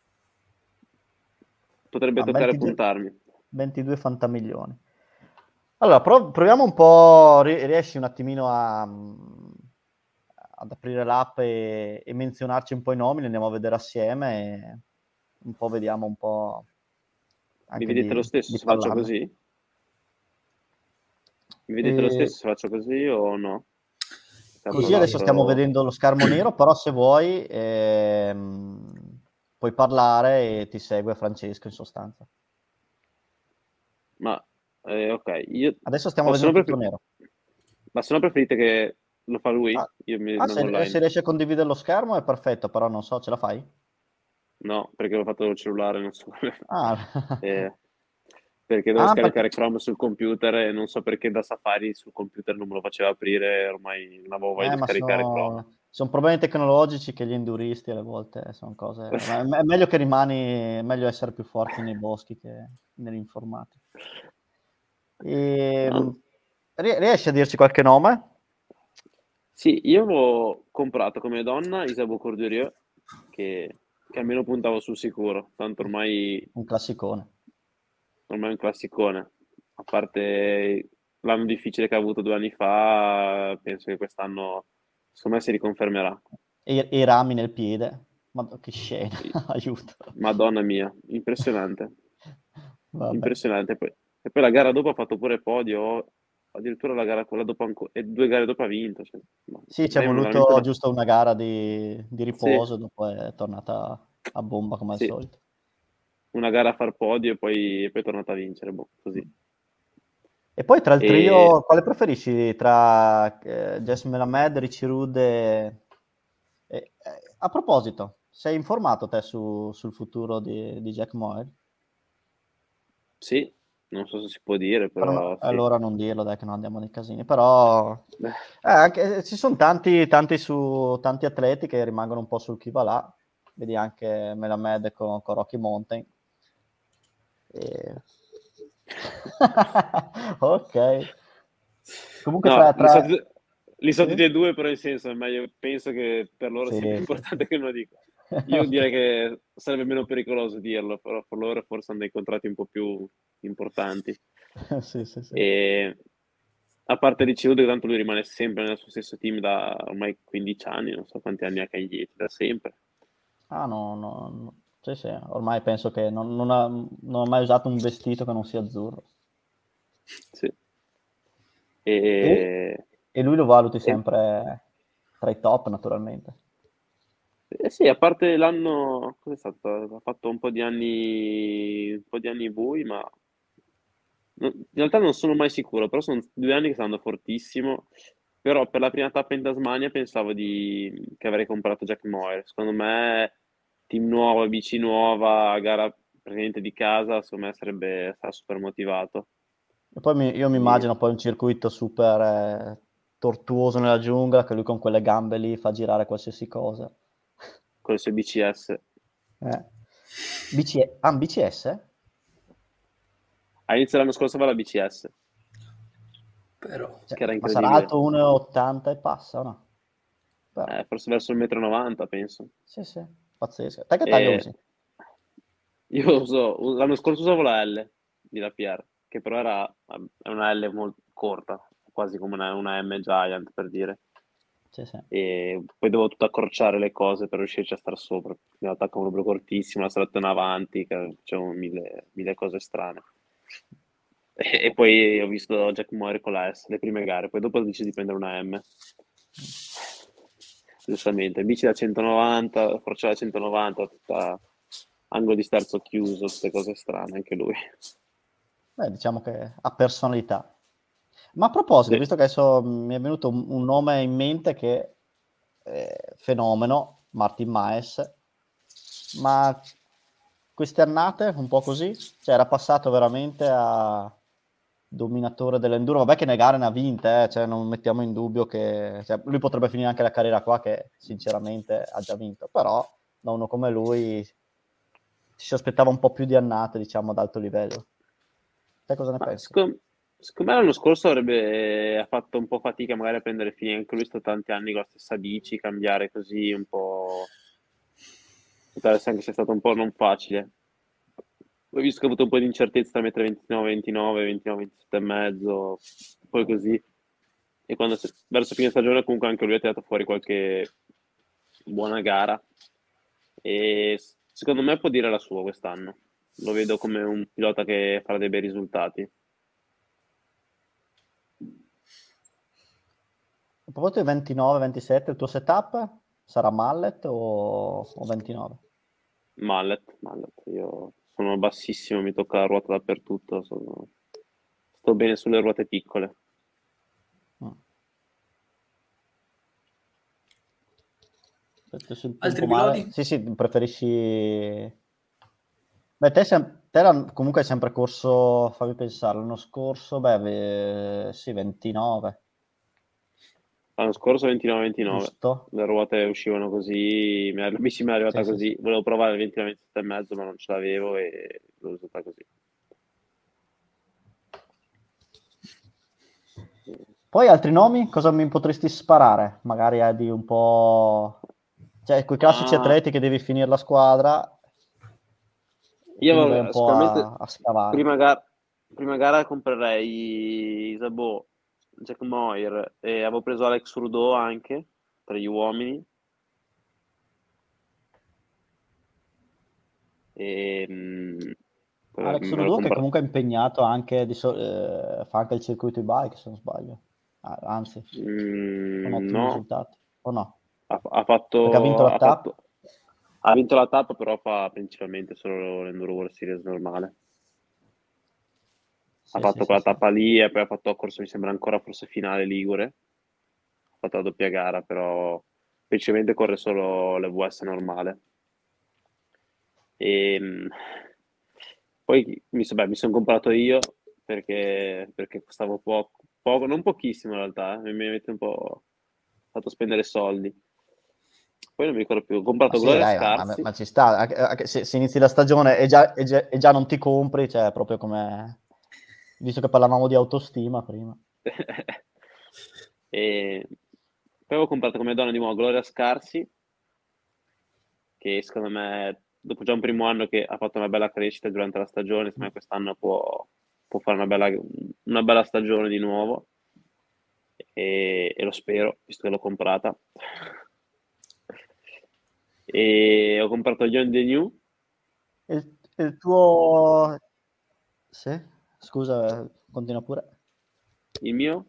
potrebbe Ah, toccare 22, puntarmi. 22 fantamilioni. Allora, proviamo un po', riesci un attimino ad aprire l'app e menzionarci un po' i nomi, li andiamo a vedere assieme e un po' vediamo un po' Mi anche vedete lo stesso di se faccio parlarne. così? Mi vedete lo E stesso se faccio così o no? Che ha così adesso stiamo provato... vedendo lo schermo nero, però se vuoi puoi parlare e ti segue Francesco in sostanza. Ma, ok, io... Adesso stiamo O se no vedendo tutto nero. Ma se no preferite che lo fa lui? Ah, Io mi rimango se online. riesci a condividere lo schermo è perfetto, però non so, ce la fai? No, perché l'ho fatto col cellulare, non so come... Ah, Eh, perché devo ah, perché... scaricare Chrome sul computer e non so perché da Safari sul computer non me lo faceva aprire, ormai non avevo voglia di Ma scaricare Chrome. sono problemi tecnologici che gli enduristi alle volte sono cose... ma è meglio che rimani, è meglio essere più forti nei boschi che nell'informatica. No. Riesci a dirci qualche nome? Sì, io avevo comprato come donna Isabeau Courdurieu, che almeno puntavo sul sicuro, tanto Un classicone. ormai è un classicone. A parte l'anno difficile che ha avuto 2 anni fa, penso che quest'anno, secondo me, si riconfermerà. E i rami nel piede. Ma che scena, aiuto. Madonna mia, impressionante. Vabbè. Impressionante. E poi la gara dopo ha fatto pure podio, addirittura la gara quella dopo e 2 gare dopo ha vinto. Cioè, ma Sì, ci è lei è veramente voluto una... giusto una gara di Sì, riposo, dopo è tornata a bomba come al sì, solito. una gara a far podio e poi è tornata a vincere, boh, così. E poi tra il E trio, quale preferisci tra Jasmine Ahmed, Richie Rude a proposito, sei informato te sul futuro di Jack Moore? sì, non so se si può dire, Però però sì. allora non dirlo, dai, che non andiamo nei casini. Però Beh, ci sono tanti atleti che rimangono un po' sul chi va là. Vedi anche Melamed con Rocky Mountain. E... ok. Comunque no, li so tutti Sì? e due, però in senso è meglio, penso che per loro sia più Sì, sì, sì. importante che non lo dico. Io Ok. direi che sarebbe meno pericoloso dirlo, però per loro forse hanno dei contratti un po' più importanti. Sì, sì, sì. E a parte Ricciuto, che tanto lui rimane sempre nel suo stesso team da ormai 15 anni, non so quanti anni ha che è indietro, da sempre. Ah, no, no, no. Sì, sì, ormai penso che non ha mai usato un vestito che non sia azzurro. Sì. E, E, e lui lo valuti e- sempre tra i top, naturalmente. sì, a parte l'anno, cos'è stato? Ha fatto un po' di anni bui, ma in realtà non sono mai sicuro, però sono 2 anni che sta andando fortissimo. Però per la prima tappa in Tasmania pensavo che avrei comprato Jack Moore. Secondo me, team nuovo, bici nuova, gara praticamente di casa, secondo me sarà super motivato. E poi io mi Quindi immagino poi un circuito super tortuoso nella giungla, che lui con quelle gambe lì fa girare qualsiasi cosa. con le sue BCS. Eh. Un BCS? A inizio dell'anno scorso aveva la BCS, Però, Cioè, che era ma sarà incredibile. alto 1,80 e passa o no? Però, Forse verso il 1,90 m, penso. sì, sì, pazzesco. Te che taglio E usi? io l'anno scorso usavo la L di Lapierre, che però è una L molto corta, quasi come una M Giant per dire. Sì, sì. E poi dovevo tutto accorciare le cose per riuscirci a stare sopra. Mi attacco proprio cortissimo, la selezione avanti, che facevo mille cose strane. E poi ho visto Jack Moore con la S, le prime gare, poi dopo ho deciso di prendere una M. Giustamente, bici da 190, forza da 190, tutta angolo di sterzo chiuso, queste cose strane, anche lui. Beh, diciamo che ha personalità. Ma a proposito, Sì. visto che adesso mi è venuto un nome in mente che è fenomeno, Martin Maes, ma queste annate un po' così, cioè era passato veramente a dominatore dell'enduro, vabbè che ne gare ne ha vinte, cioè non mettiamo in dubbio che cioè, lui potrebbe finire anche la carriera qua che sinceramente ha già vinto, però da uno come lui ci si aspettava un po' più di annate, diciamo, ad alto livello. Te cosa ne Ma pensi? Secondo me l'anno scorso ha fatto un po' fatica magari a prendere fine, anche lui sta tanti anni con la stessa bici, cambiare così un po', potrebbe essere anche sia stato un po' non facile. Ho visto che ha avuto un po' di incertezza tra mettere 29, 29, 29, 27 e mezzo, poi così. E verso fine stagione comunque anche lui ha tirato fuori qualche buona gara e secondo me può dire la sua quest'anno. Lo vedo come un pilota che farà dei bei risultati. A proposito di 29, 27, il tuo setup sarà mallet o 29? Mallet. Io sono bassissimo, mi tocca la ruota dappertutto, sto bene sulle ruote piccole. Mm. Aspetta, sento un Altri po' male. piloti? Sì, preferisci... Beh, comunque hai sempre corso, fammi pensare, l'anno scorso, sì, 29, L'anno scorso 29-29, giusto? le ruote uscivano così, la bici mi è Sì, arrivata sì, sì. così, volevo provare il 29-27 e mezzo ma non ce l'avevo e l'ho usata così. Poi altri nomi? Cosa mi potresti sparare? Magari di un po'... Cioè, quei classici Ah, atleti che devi finire la squadra e quindi vai un po' sicuramente a scavare. prima gara comprerei Isabeau, Jack Moir e avevo preso Alex Rudeau anche per gli uomini. E, poi Alex me lo Rudeau che compro. comunque è impegnato anche, fa anche il circuito di bike se non sbaglio. Anzi, con ottimi No, risultati. O no? ha Perché ha vinto fatto, la TAP? ha vinto la tappa, però fa principalmente solo l'Enduro World Series normale. Ha Sì, sì, fatto sì, quella sì. tappa lì e poi ha fatto corso, mi sembra ancora forse finale Ligure. Ha fatto la doppia gara, però principalmente corre solo l'EVS normale. E, poi mi sono comprato io perché costavo poco, non pochissimo in realtà, mi avete un po' fatto spendere soldi. Poi non mi ricordo più, ho Ma comprato sì, Gloria dai, Scarsi. ma ci sta. Anche se inizi la stagione e già non ti compri, cioè proprio come... Visto che parlavamo di autostima prima. E poi ho comprato come donna di nuovo Gloria Scarsi, che secondo me, dopo già un primo anno che ha fatto una bella crescita durante la stagione, secondo me quest'anno può fare una bella stagione di nuovo e lo spero, visto che l'ho comprata. E ho comprato John The New, Il tuo... Sì? Scusa, continua pure. il mio.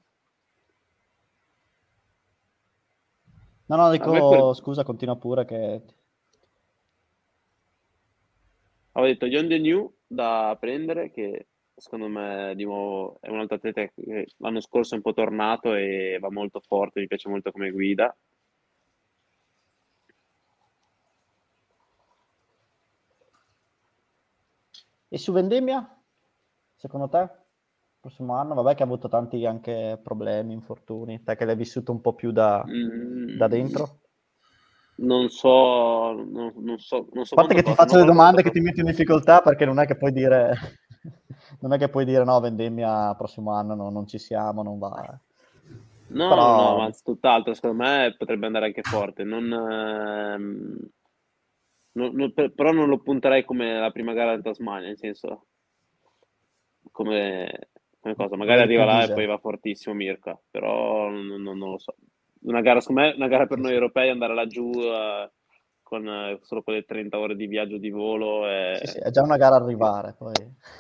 No, A me quel, dico, scusa, continua pure che... Avevo detto John The New da prendere, che secondo me di nuovo è un altro atleta che l'anno scorso è un po' tornato e va molto forte, mi piace molto come guida. E su Vendemmia? Secondo te? Prossimo anno? Vabbè che ha avuto tanti anche problemi, infortuni. Te che l'hai vissuto un po' più da Mm, dentro? non A so parte quanto che ti costa, non faccio ho le calcolato domande che ti quanto. mettono in difficoltà perché non è che puoi dire... non è che puoi dire no, vendemmia prossimo anno non ci siamo, non va. No, Però ma anzi, tutt'altro, secondo me potrebbe andare anche forte. Però non lo punterei come la prima gara in Tasmania, nel senso, come, come cosa. Magari volevi arriva più là e poi diesel. va fortissimo Mirka, però non lo so. Una gara, secondo me, una gara per Sì, noi sì. europei, andare laggiù con solo quelle 30 ore di viaggio di volo Sì, sì, è già una gara arrivare, poi...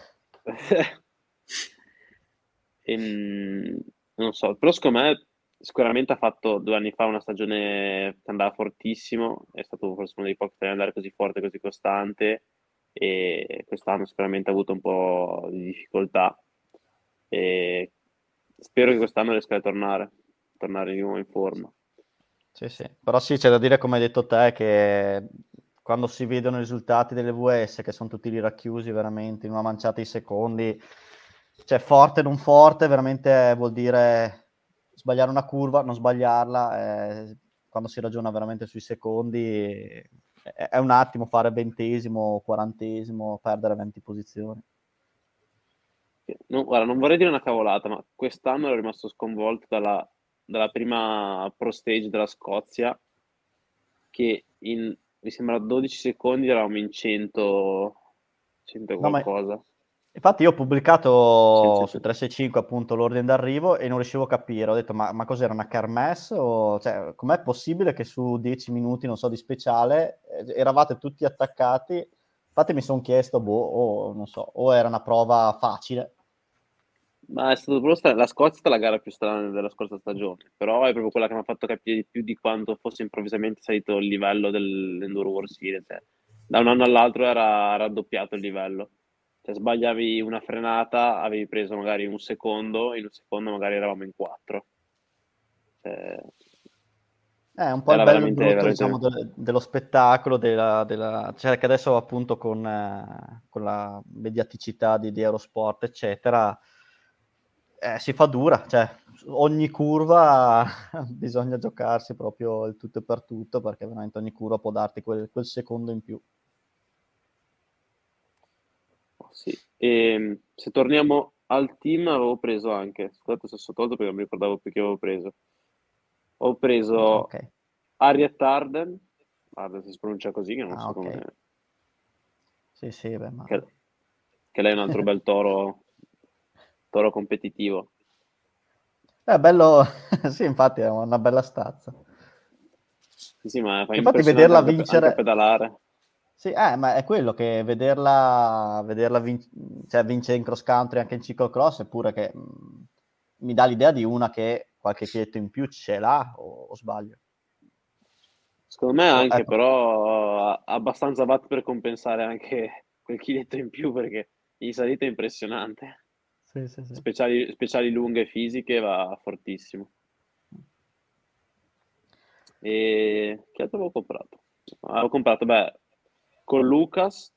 Non so, però secondo me sicuramente ha fatto 2 anni fa una stagione che andava fortissimo, è stato forse uno dei pochi per andare così forte, così costante e quest'anno sicuramente ha avuto un po' di difficoltà e spero che quest'anno riesca a tornare di nuovo in forma. Sì, sì. Però sì, c'è da dire, come hai detto te, che quando si vedono i risultati delle VS, che sono tutti lì racchiusi veramente in una manciata di secondi, cioè forte, non forte, veramente vuol dire sbagliare una curva, non sbagliarla, quando si ragiona veramente sui secondi, è un attimo fare 20esimo, 40esimo, perdere 20 posizioni. No, guarda, non vorrei dire una cavolata, ma quest'anno ero rimasto sconvolto dalla prima Pro Stage della Scozia, che mi sembra 12 secondi eravamo in 100 e No, ma qualcosa. infatti io ho pubblicato su 100. 365 appunto l'ordine d'arrivo e non riuscivo a capire. Ho detto, ma cos'era una kermesse? O, cioè, com'è possibile che su 10 minuti, non so, di speciale, eravate tutti attaccati? Infatti mi sono chiesto, boh, o non so, o era una prova facile. Ma è stato proprio la Scozia è stata la gara più strana della scorsa stagione, però è proprio quella che mi ha fatto capire di più di quanto fosse improvvisamente salito il livello dell'Enduro World Series. Cioè, da un anno all'altro era raddoppiato il livello. Se sbagliavi una frenata, avevi preso magari un secondo, in un secondo magari eravamo in quattro. Cioè, È un po' il era bello e il veramente, brutto, diciamo, veramente... dello spettacolo, cioè che adesso appunto con la mediaticità di Eurosport, eccetera, si fa dura, cioè ogni curva bisogna giocarsi proprio il tutto e per tutto, perché veramente ogni curva può darti quel secondo in più. Oh, sì. E se torniamo al team, avevo preso anche, scusate se ho tolto perché non mi ricordavo più che avevo preso. Ho Ah, preso ok. Harriet Arden, Arden si pronuncia così, che non Ah, so ok. come... Sì, sì, beh, Che, ma... che lei è un altro bel toro competitivo. È bello, sì, infatti è una bella stazza. Sì, sì, ma fa Infatti impressionante vederla anche a vincere... pedalare. Sì, ma è quello che vederla cioè, vincere in cross country anche in ciclocross, eppure che mi dà l'idea di una che qualche chiletto in più ce l'ha, o sbaglio? Secondo me anche, Ecco, però ha abbastanza watt per compensare anche quel chiletto in più perché in salita è impressionante. sì, sì, sì. Speciali lunghe fisiche va fortissimo. E che altro avevo comprato? Avevo comprato, beh, con Lucas,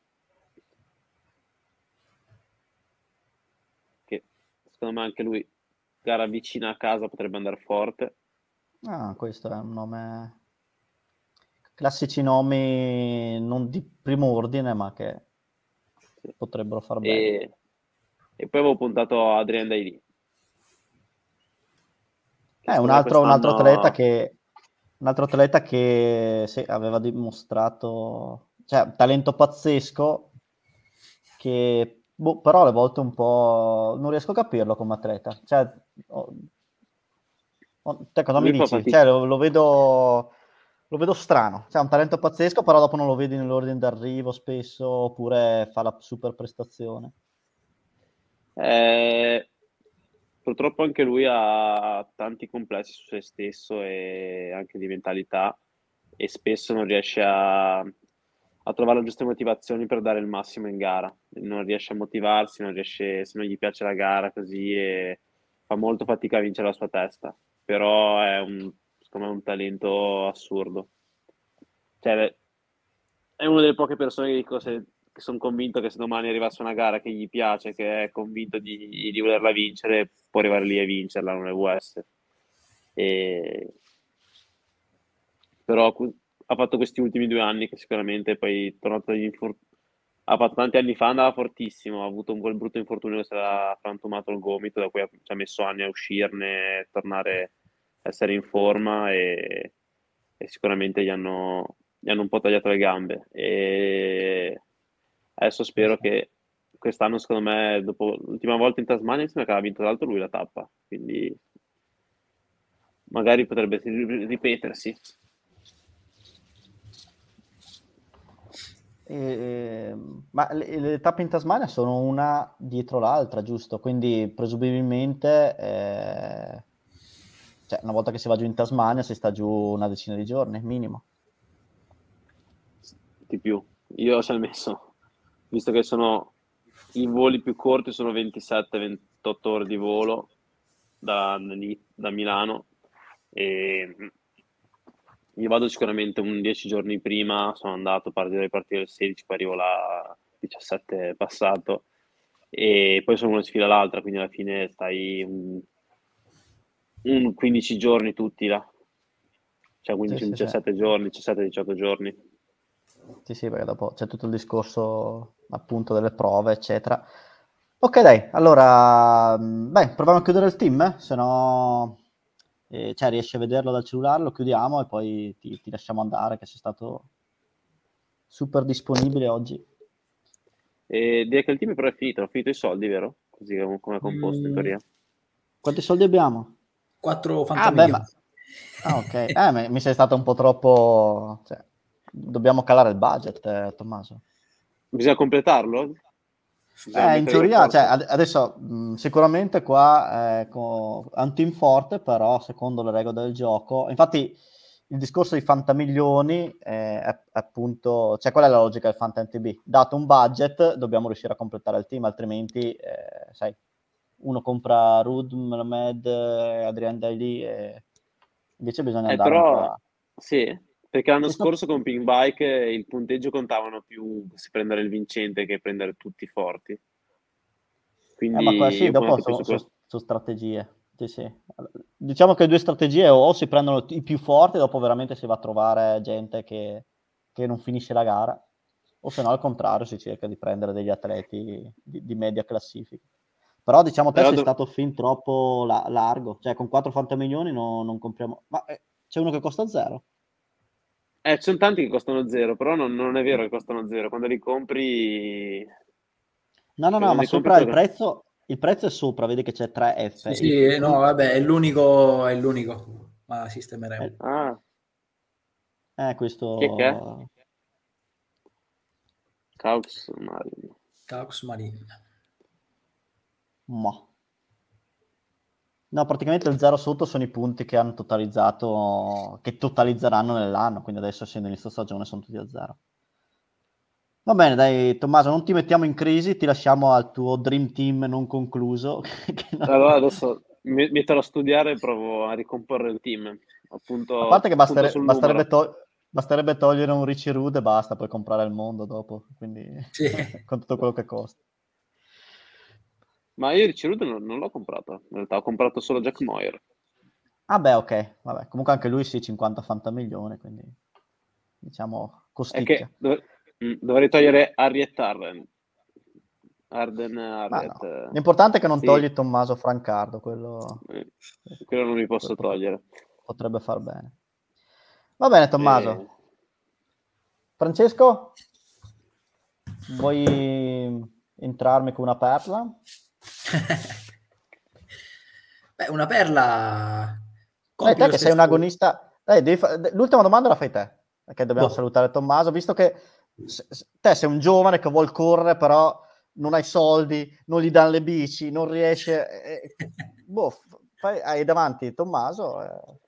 che secondo me anche lui, gara vicina a casa, potrebbe andare forte. Ah, questo è un nome... Classici nomi non di primo ordine, ma che Sì. potrebbero far bene. E poi avevo puntato Adrian Daly, che È secondo me quest'anno un altro atleta che sì, aveva dimostrato, cioè, talento pazzesco, che boh, però alle volte un po' non riesco a capirlo come atleta. Cioè, te cosa mi lui fa dici? fatica. Cioè, lo vedo strano. Cioè, ha un talento pazzesco, però dopo non lo vedi nell'ordine d'arrivo spesso, oppure fa la super prestazione. Eh, purtroppo anche lui ha tanti complessi su se stesso e anche di mentalità e spesso non riesce a trovare le giuste motivazioni per dare il massimo in gara. Non riesce a motivarsi, non riesce, se non gli piace la gara così e fa molto fatica a vincere la sua testa. Però secondo me è un talento assurdo. Cioè, è una delle poche persone che dico che sono convinto che se domani arrivasse una gara che gli piace, che è convinto di volerla vincere, può arrivare lì e vincerla, non ne può essere. E- Però ha fatto questi ultimi 2 anni che sicuramente poi è tornato dagli ha fatto tanti anni fa, andava fortissimo, ha avuto quel brutto infortunio che si era frantumato il gomito, da cui ci ha messo anni a uscirne, tornare a essere in forma e sicuramente gli hanno un po' tagliato le gambe. E adesso Sì, spero sì. che quest'anno, secondo me, dopo l'ultima volta in Tasmania, mi sembra che aveva vinto tra l'altro lui la tappa, quindi magari potrebbe ripetersi. Ma le tappe in Tasmania sono una dietro l'altra, giusto? Quindi presumibilmente, cioè, una volta che si va giù in Tasmania, si sta giù una decina di giorni, minimo. Di più. Io ci ho messo, visto che i voli più corti sono 27-28 ore di volo da Milano e io vado sicuramente un 10 giorni prima, sono andato, dovrei partire il 16, poi arrivo là 17 passato e poi sono una sfida all'altra, quindi alla fine stai un 15 giorni tutti là, cioè Sì, sì, sì. 15-17 giorni, 17-18 giorni. Sì, sì, perché dopo c'è tutto il discorso appunto delle prove, eccetera. Ok, dai, allora, proviamo a chiudere il team, se no, cioè, riesci a vederlo dal cellulare, lo chiudiamo e poi ti lasciamo andare, che sei stato super disponibile oggi. E direi che il team però è finito i soldi, vero? Così come è composto in Mm, teoria. Quanti soldi abbiamo? 4 Ah, beh, fantamilioni. ok. Mi sei stato un po' troppo... Cioè, dobbiamo calare il budget, Tommaso. Bisogna completarlo? Bisogna In mettere teoria, cioè, rafforzo? adesso sicuramente qua è un team forte, però secondo le regole del gioco, infatti il discorso di fantamilioni è appunto, cioè qual è la logica del Fanta NTB? Dato un budget, dobbiamo riuscire a completare il team, altrimenti, sai, uno compra Rud, Melamed, Adrian Daly, e invece bisogna andare un po' Però a... sì, perché l'anno Sì, sto- scorso con Pink Bike il punteggio contavano più se prendere il vincente che prendere tutti forti. Ma Quindi sì, io dopo puntate più sono su questo. strategie. Sì, sì. Diciamo che le due strategie o si prendono i più forti, dopo veramente si va a trovare gente che non finisce la gara, o se no al contrario si cerca di prendere degli atleti di media classifica. Però diciamo te Però sei stato fin troppo largo, cioè con 4 fantamilioni non compriamo... Ma c'è uno che costa zero? ci sono tanti che costano zero, però non è vero che costano zero. Quando li compri, No, no, cioè no, quando ma li compri sopra quello il prezzo è sopra, vedi che c'è 3F. Sì, sì, no, vabbè, è l'unico, ma sistemeremo. Ah, chi è che è? Questo... Caux Marin. Caux Marin. Ma. No, praticamente il zero sotto sono i punti che hanno totalizzato, che totalizzeranno nell'anno, quindi adesso essendo inizio stagione sono tutti a zero. Va bene, dai Tommaso, non ti mettiamo in crisi, ti lasciamo al tuo Dream Team non concluso. Allora adesso mi metterò a studiare e provo a ricomporre il team. A parte che Punto sul numero. basterebbe togliere un Richie Rude e basta, puoi comprare il mondo dopo, quindi Sì. con tutto quello che costa. Ma io il Cirudo non l'ho comprato, in realtà ho comprato solo Jack Moyer. Ah beh, ok, vabbè, comunque anche lui sì, 50 fantamilioni, quindi diciamo È costicchia. che dovrei togliere Harriet Arden. Arden Ma Harriet. no, l'importante è che non Sì, togli Tommaso Francardo, quello, eh, quello non mi quello posso togliere. potrebbe far bene. Va bene, Eh, Tommaso. Francesco, vuoi entrarmi con una perla? Beh, una perla, Dai, compi te lo che sei un stesso. agonista, dai, l'ultima domanda la fai te, perché dobbiamo Boh. salutare Tommaso, visto che te sei un giovane che vuol correre, però non hai soldi, non gli danno le bici, non riesce... boh, hai davanti Tommaso.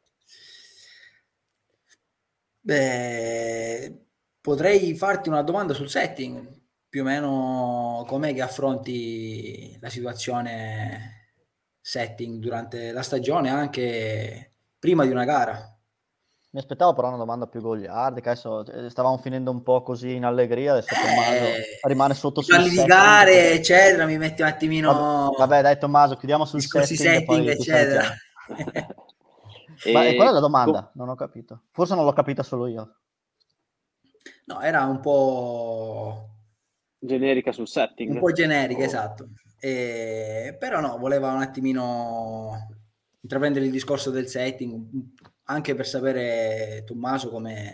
Beh, potrei farti una domanda sul setting, più o meno com'è che affronti la situazione setting durante la stagione, anche prima di una gara. Mi aspettavo però una domanda più goliardica, adesso stavamo finendo un po' così in allegria, adesso Tommaso Eh, rimane sotto Mi sul parli di setting. gare, eccetera, mi metti un attimino Vabbè, dai Tommaso, chiudiamo sul discorsi setting e setting, poi ti eccetera. salutiamo. Ma qual è e la co- domanda? Non ho capito. Forse non l'ho capita solo io. No, era Generica sul un setting? po' generica, Oh. esatto. Però no, voleva un attimino intraprendere il discorso del setting, anche per sapere Tommaso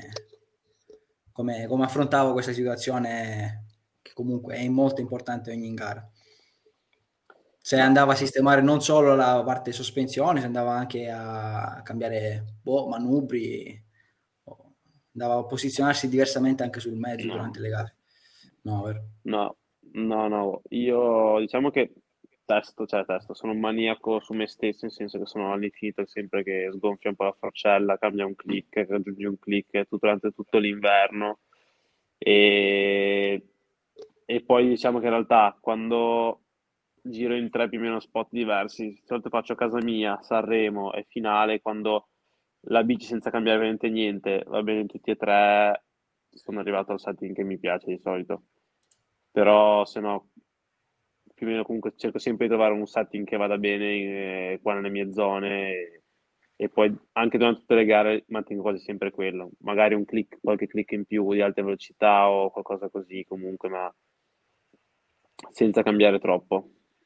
come affrontava questa situazione che comunque è molto importante ogni gara. Se Ma andava a sistemare non solo la parte sospensione, se andava anche a cambiare manubri, andava a posizionarsi diversamente anche sul mezzo no. durante le gare. No, vero? No, no, io diciamo che testo, sono un maniaco su me stesso, nel senso che sono all'infinito sempre che sgonfia un po' la forcella, cambia un click, raggiunge un click durante tutto l'inverno e, e poi diciamo che in realtà quando giro in tre più o meno spot diversi, di solito faccio casa mia, Sanremo e finale, quando la bici senza cambiare veramente niente, va bene in tutti e tre, sono arrivato al setting che mi piace di solito. Però se no, più o meno comunque cerco sempre di trovare un setting che vada bene qua nelle mie zone e poi anche durante tutte le gare mantengo quasi sempre quello. Magari qualche click in più di alta velocità o qualcosa così comunque, ma senza cambiare troppo.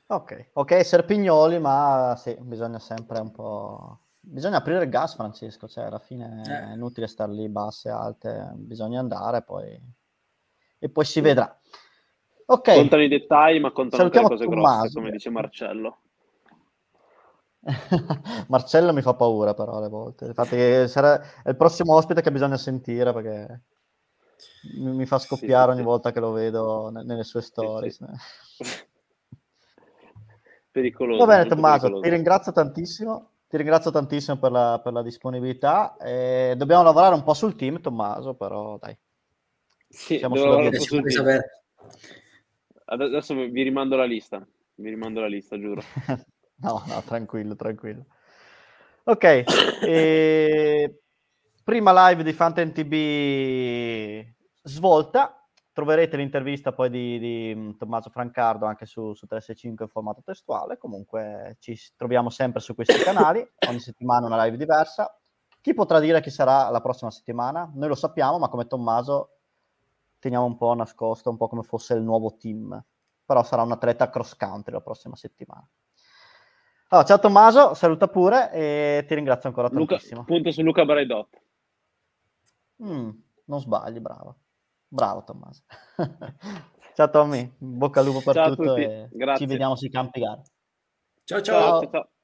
Ok, Serpignoli, ma sì, bisogna sempre un po'... Bisogna aprire il gas, Francesco, cioè alla fine è inutile stare lì basse, alte, bisogna andare e poi si vedrà. Ok. Contano i dettagli, ma contano anche le Salutiamo cose grosse, Tommaso. come dice Marcello. Marcello mi fa paura però alle volte, infatti è il prossimo ospite che bisogna sentire perché mi fa scoppiare ogni volta che lo vedo nelle sue stories. Sì. Pericoloso. Va bene Molto Tommaso, pericoloso. ti ringrazio tantissimo per la disponibilità. Dobbiamo lavorare un po' sul team, Tommaso, però dai. Sì, Siamo devo sulla lavorare via un po' di sul team. Adesso vi rimando la lista, giuro. No, tranquillo. Ok, prima live di Fantasy TB svolta. Troverete l'intervista poi di Tommaso Francardo anche su 365 in formato testuale. Comunque ci troviamo sempre su questi canali, ogni settimana una live diversa. Chi potrà dire chi sarà la prossima settimana? Noi lo sappiamo, ma come Tommaso teniamo un po' nascosto, un po' come fosse il nuovo team. Però sarà un atleta cross country la prossima settimana. Allora, ciao Tommaso, saluta pure e ti ringrazio ancora tantissimo. Punto su Luca Braidot. Non sbagli, bravo Tommaso. Ciao Tommy, bocca al lupo per Ciao a tutto tutti. e Grazie. ci vediamo sui campi gara. Ciao. Ciao.